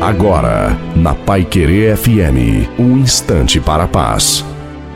Agora, na Paiquerê FM, um instante para a paz.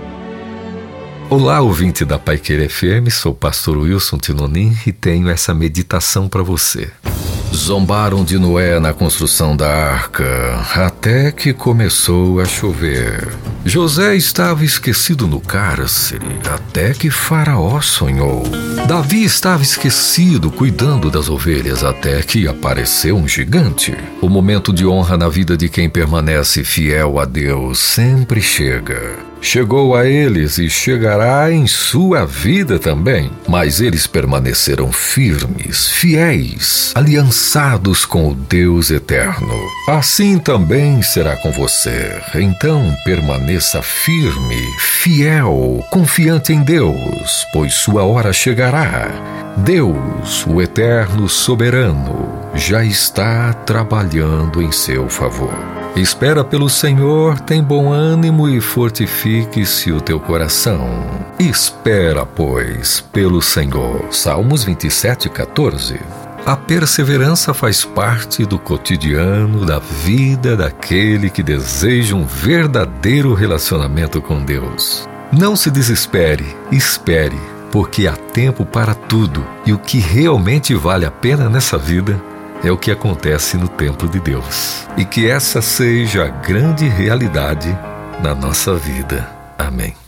Olá, ouvinte da Paiquerê FM, sou o pastor Wilson Tinonim e tenho essa meditação para você. Zombaram de Noé na construção da arca, até que começou a chover. José estava esquecido no cárcere, até que Faraó sonhou. Davi estava esquecido cuidando das ovelhas, até que apareceu um gigante. O momento de honra na vida de quem permanece fiel a Deus sempre chega. Chegou a eles e chegará em sua vida também. Mas eles permaneceram firmes, fiéis, aliançados com o Deus eterno. Assim também será com você. Então permaneça firme, fiel, confiante em Deus, pois sua hora chegará. Deus, o eterno soberano, já está trabalhando em seu favor. Espera pelo Senhor, tem bom ânimo e fortifique-se o teu coração. Espera, pois, pelo Senhor. Salmos 27:14. A perseverança faz parte do cotidiano da vida daquele que deseja um verdadeiro relacionamento com Deus. Não se desespere, espere, porque há tempo para tudo, e o que realmente vale a pena nessa vida é o que acontece no templo de Deus. E que essa seja a grande realidade na nossa vida. Amém.